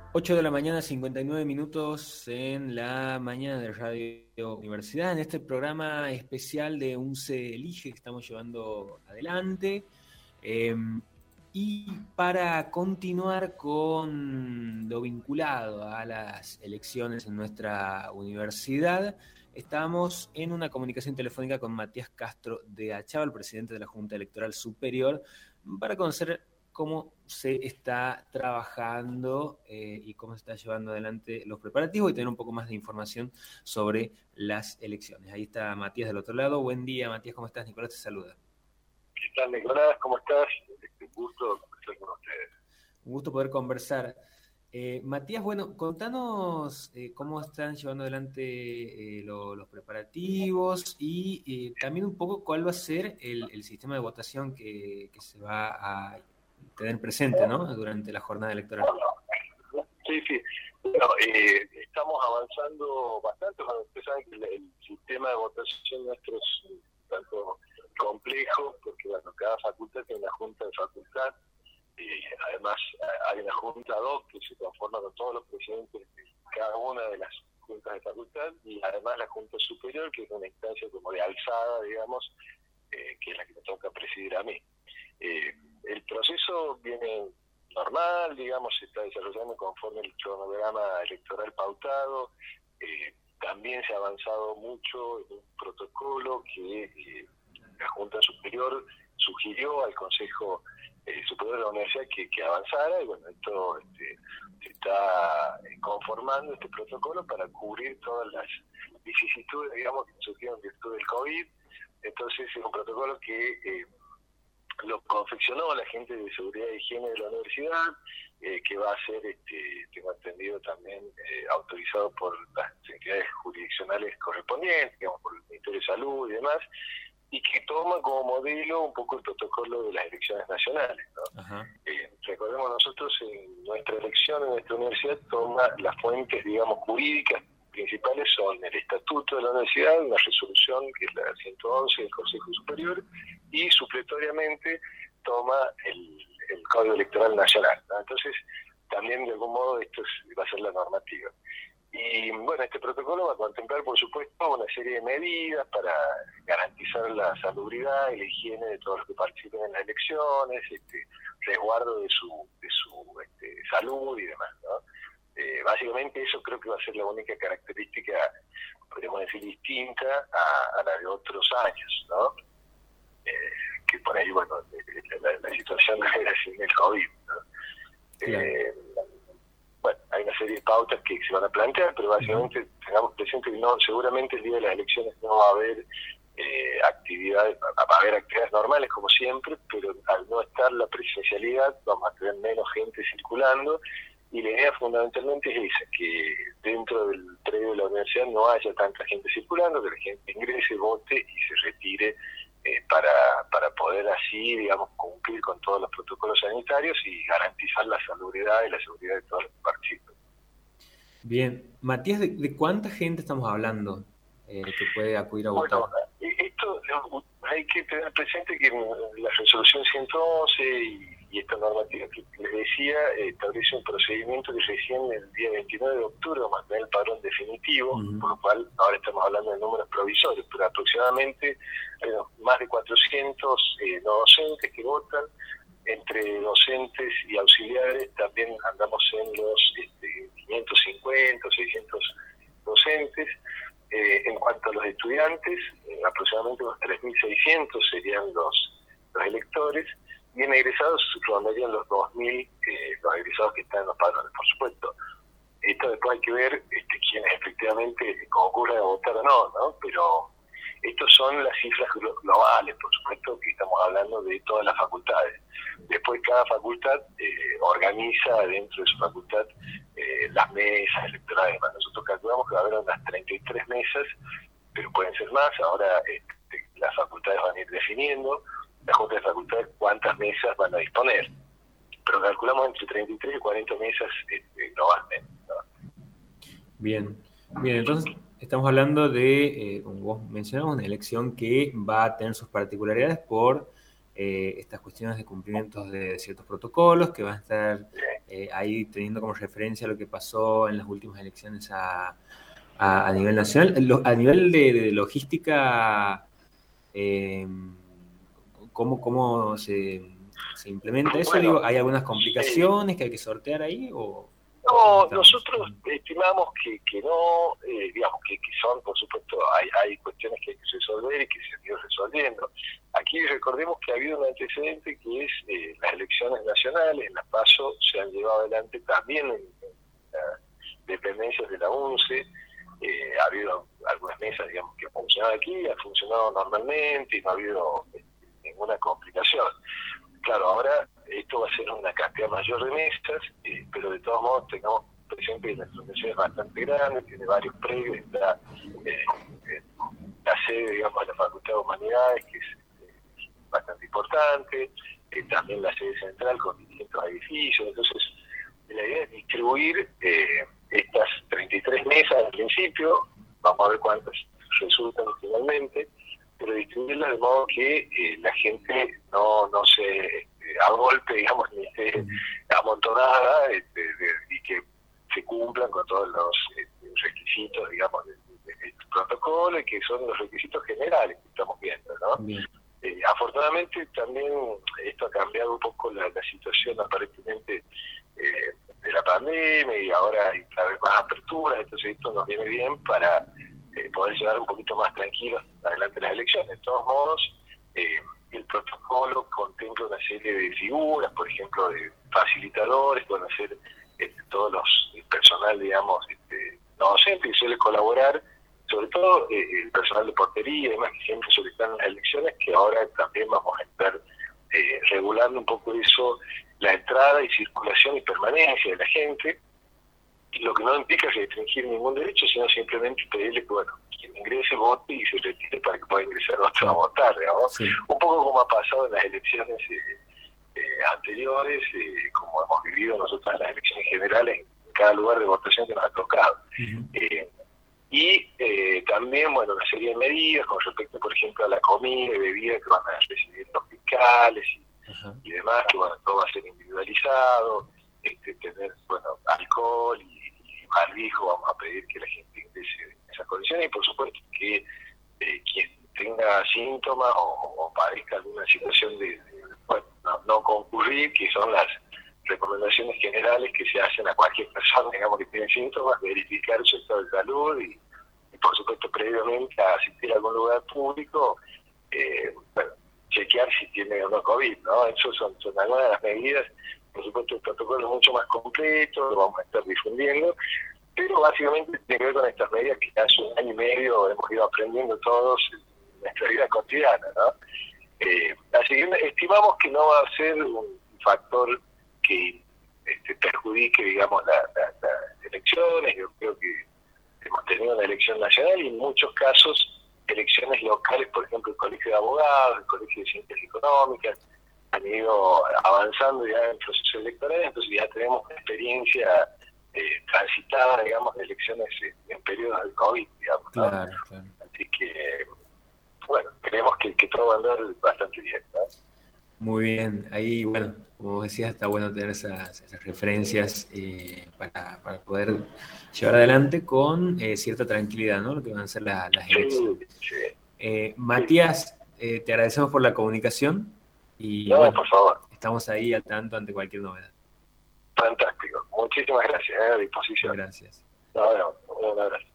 8 de la mañana, 59 minutos en la mañana de Radio Universidad, en este programa especial de UNCE Elige que estamos llevando adelante. Y para continuar con lo vinculado a las elecciones en nuestra universidad, estamos en una comunicación telefónica con Matías Castro de Achával, presidente de la Junta Electoral Superior, para conocer cómo se está trabajando y cómo se está llevando adelante los preparativos y tener un poco más de información sobre las elecciones. Ahí está Matías del otro lado. Buen día, Matías, ¿cómo estás? Nicolás te saluda. ¿Qué tal, Nicolás? ¿Cómo estás? Un gusto conversar con ustedes. Un gusto poder conversar. Matías, bueno, contanos cómo están llevando adelante los preparativos y también un poco cuál va a ser el sistema de votación que se va a tener presente, ¿no?, durante la jornada electoral. Sí. Bueno, estamos avanzando bastante. Bueno, ustedes saben que el sistema de votación nuestro es un tanto complejo, porque bueno, cada facultad tiene una junta de facultad. Además, hay una junta ad hoc que se conforma con todos los presidentes de cada una de las juntas de facultad, y además la junta superior, que es una instancia como de alzada, digamos, que es la que me toca presidir a mí. El proceso viene normal, digamos, se está desarrollando conforme el cronograma electoral pautado. También se ha avanzado mucho en un protocolo que la Junta Superior sugirió al Consejo Superior de la Universidad que avanzara, y bueno, esto se está conformando este protocolo para cubrir todas las vicisitudes, digamos, que surgieron en virtud del COVID. Entonces es un protocolo que lo confeccionó la gente de Seguridad y Higiene de la universidad, que va a ser, tengo entendido, también autorizado por las entidades jurisdiccionales correspondientes, digamos, por el Ministerio de Salud y demás, y que toma como modelo un poco el protocolo de las elecciones nacionales, ¿no? Recordemos, nosotros en nuestra elección, en nuestra universidad, toma las fuentes, digamos, jurídicas principales son el Estatuto de la Universidad, una resolución que es la 111 del Consejo Superior, y supletoriamente toma el Código Electoral Nacional, ¿no? Entonces, también de algún modo esto va a ser la normativa. Y bueno, este protocolo va a contemplar, por supuesto, una serie de medidas para garantizar la salubridad y la higiene de todos los que participen en las elecciones, resguardo de su salud y demás, ¿no? Básicamente eso creo que va a ser la única característica, podríamos decir, distinta a la de otros años, ¿no? Que por ahí, bueno, la situación era sin el COVID, ¿no? Bueno, hay una serie de pautas que se van a plantear, pero básicamente tengamos presente que seguramente el día de las elecciones no va a haber actividades, va a haber actividades normales como siempre, pero al no estar la presencialidad vamos a tener menos gente circulando, y la idea fundamentalmente es esa, que dentro del predio de la universidad no haya tanta gente circulando, que la gente ingrese, vote y se retire, para poder así, digamos, cumplir con todos los protocolos sanitarios y garantizar la salubridad y la seguridad de todos los que participan. Bien. Matías, ¿de cuánta gente estamos hablando que puede acudir a votar? Bueno, esto hay que tener presente que la resolución 111 y esta normativa que les decía establece un procedimiento que recién el día 29 de octubre va a tener el padrón definitivo, por lo cual ahora estamos hablando de números provisorios, pero aproximadamente hay más de 400 no docentes que votan. Entre docentes y auxiliares también andamos en los 550 o 600 docentes. En cuanto a los estudiantes, aproximadamente unos 3.600 serían los electores, y en egresados rondarían los 2.000 los egresados que están en los padrones, por supuesto. Esto después hay que ver quiénes efectivamente concurren a votar o no, ¿no? Pero estos son las cifras globales, por supuesto que estamos hablando de todas las facultades. Después cada facultad organiza dentro de su facultad las mesas electorales. Nosotros calculamos que va a haber unas 33 mesas, pero pueden ser más. Ahora las facultades van a ir definiendo, la Junta de Facultades, cuántas mesas van a disponer. Pero calculamos entre 33 y 40 mesas globalmente, ¿no? Bien, entonces estamos hablando de, como vos mencionabas, una elección que va a tener sus particularidades por estas cuestiones de cumplimientos de ciertos protocolos, que van a estar ahí teniendo como referencia lo que pasó en las últimas elecciones a nivel nacional. A nivel de logística, ¿cómo se implementa eso? Bueno, Digo, ¿hay algunas complicaciones que hay que sortear ahí? No, nosotros estimamos que no, digamos que son, por supuesto, hay cuestiones que hay que resolver y que se han ido resolviendo. Aquí recordemos que ha habido un antecedente que es las elecciones nacionales, en las PASO se han llevado adelante también en las dependencias de la UNCE. Ha habido algunas mesas, digamos, que han funcionado aquí, han funcionado normalmente y no ha habido ninguna complicación. Claro, ahora esto va a ser una cantidad mayor de mesas, pero de todos modos tengamos presente que la organización es bastante grande, tiene varios predios, está la sede, digamos, de la Facultad de Humanidades, que es bastante importante, también la sede central con distintos edificios. Entonces la idea es distribuir estas 33 mesas al principio, vamos a ver cuántas resultan finalmente, pero distribuirlas de modo que la gente no se a golpe, digamos, ni esté amontonada, y que se cumplan con todos los requisitos, digamos, del protocolo, y que son los requisitos generales que estamos viendo, ¿no? Afortunadamente también esto ha cambiado un poco la situación aparentemente de la pandemia, y ahora hay cada vez más aperturas, entonces esto nos viene bien para poder llevar un poquito más tranquilos adelante las elecciones. De todos modos, el protocolo contempla una serie de figuras, por ejemplo, de facilitadores, que van a ser todos los el personal, digamos, no docente, que suele colaborar, sobre todo el personal de portería y demás, que siempre suele estar en las elecciones, que ahora también vamos a estar regulando un poco eso, la entrada y circulación y permanencia de la gente, lo que no implica restringir ningún derecho, sino simplemente pedirle que, bueno, quien ingrese vote y se retire para que pueda ingresar otro a votar, digamos. Sí. Un poco como ha pasado en las elecciones anteriores, como hemos vivido nosotros en las elecciones generales, en cada lugar de votación que nos ha tocado. Y también, bueno, una serie de medidas con respecto, por ejemplo, a la comida y bebida que van a recibir los fiscales y demás, que bueno, todo va a ser individualizado, tener, bueno, alcohol y barbijo, vamos a pedir que la gente ingrese en esas condiciones, y por supuesto que quien tenga síntomas o padezca alguna situación de bueno, no concurrir, que son las recomendaciones generales que se hacen a cualquier persona, digamos, que tiene síntomas, verificar su estado de salud y por supuesto previamente a asistir a algún lugar público, bueno, chequear si tiene o no COVID, ¿no? Eso son algunas de las medidas. Por supuesto el protocolo es mucho más completo, lo vamos a estar difundiendo, pero básicamente tiene que ver con estas medidas que hace un año y medio hemos ido aprendiendo todos en nuestra vida cotidiana, ¿no? Así que estimamos que no va a ser un factor que perjudique, digamos, las elecciones. Yo creo que hemos tenido una elección nacional y en muchos casos elecciones locales, por ejemplo el Colegio de Abogados, el Colegio de Ciencias Económicas, han ido avanzando ya en procesos electorales, entonces ya tenemos una experiencia transitada, digamos, de elecciones en periodos del COVID, digamos, ¿no? Claro. Así que, bueno, creemos que todo va a andar bastante bien, ¿no? Muy bien, ahí, bueno, como decías, está bueno tener esas referencias para poder llevar adelante con cierta tranquilidad, ¿no? Lo que van a ser las elecciones. Sí. Matías, te agradecemos por la comunicación y no, bueno, por favor. Estamos ahí al tanto ante cualquier novedad. Fantástico, muchísimas gracias, a disposición. Gracias. No, un abrazo.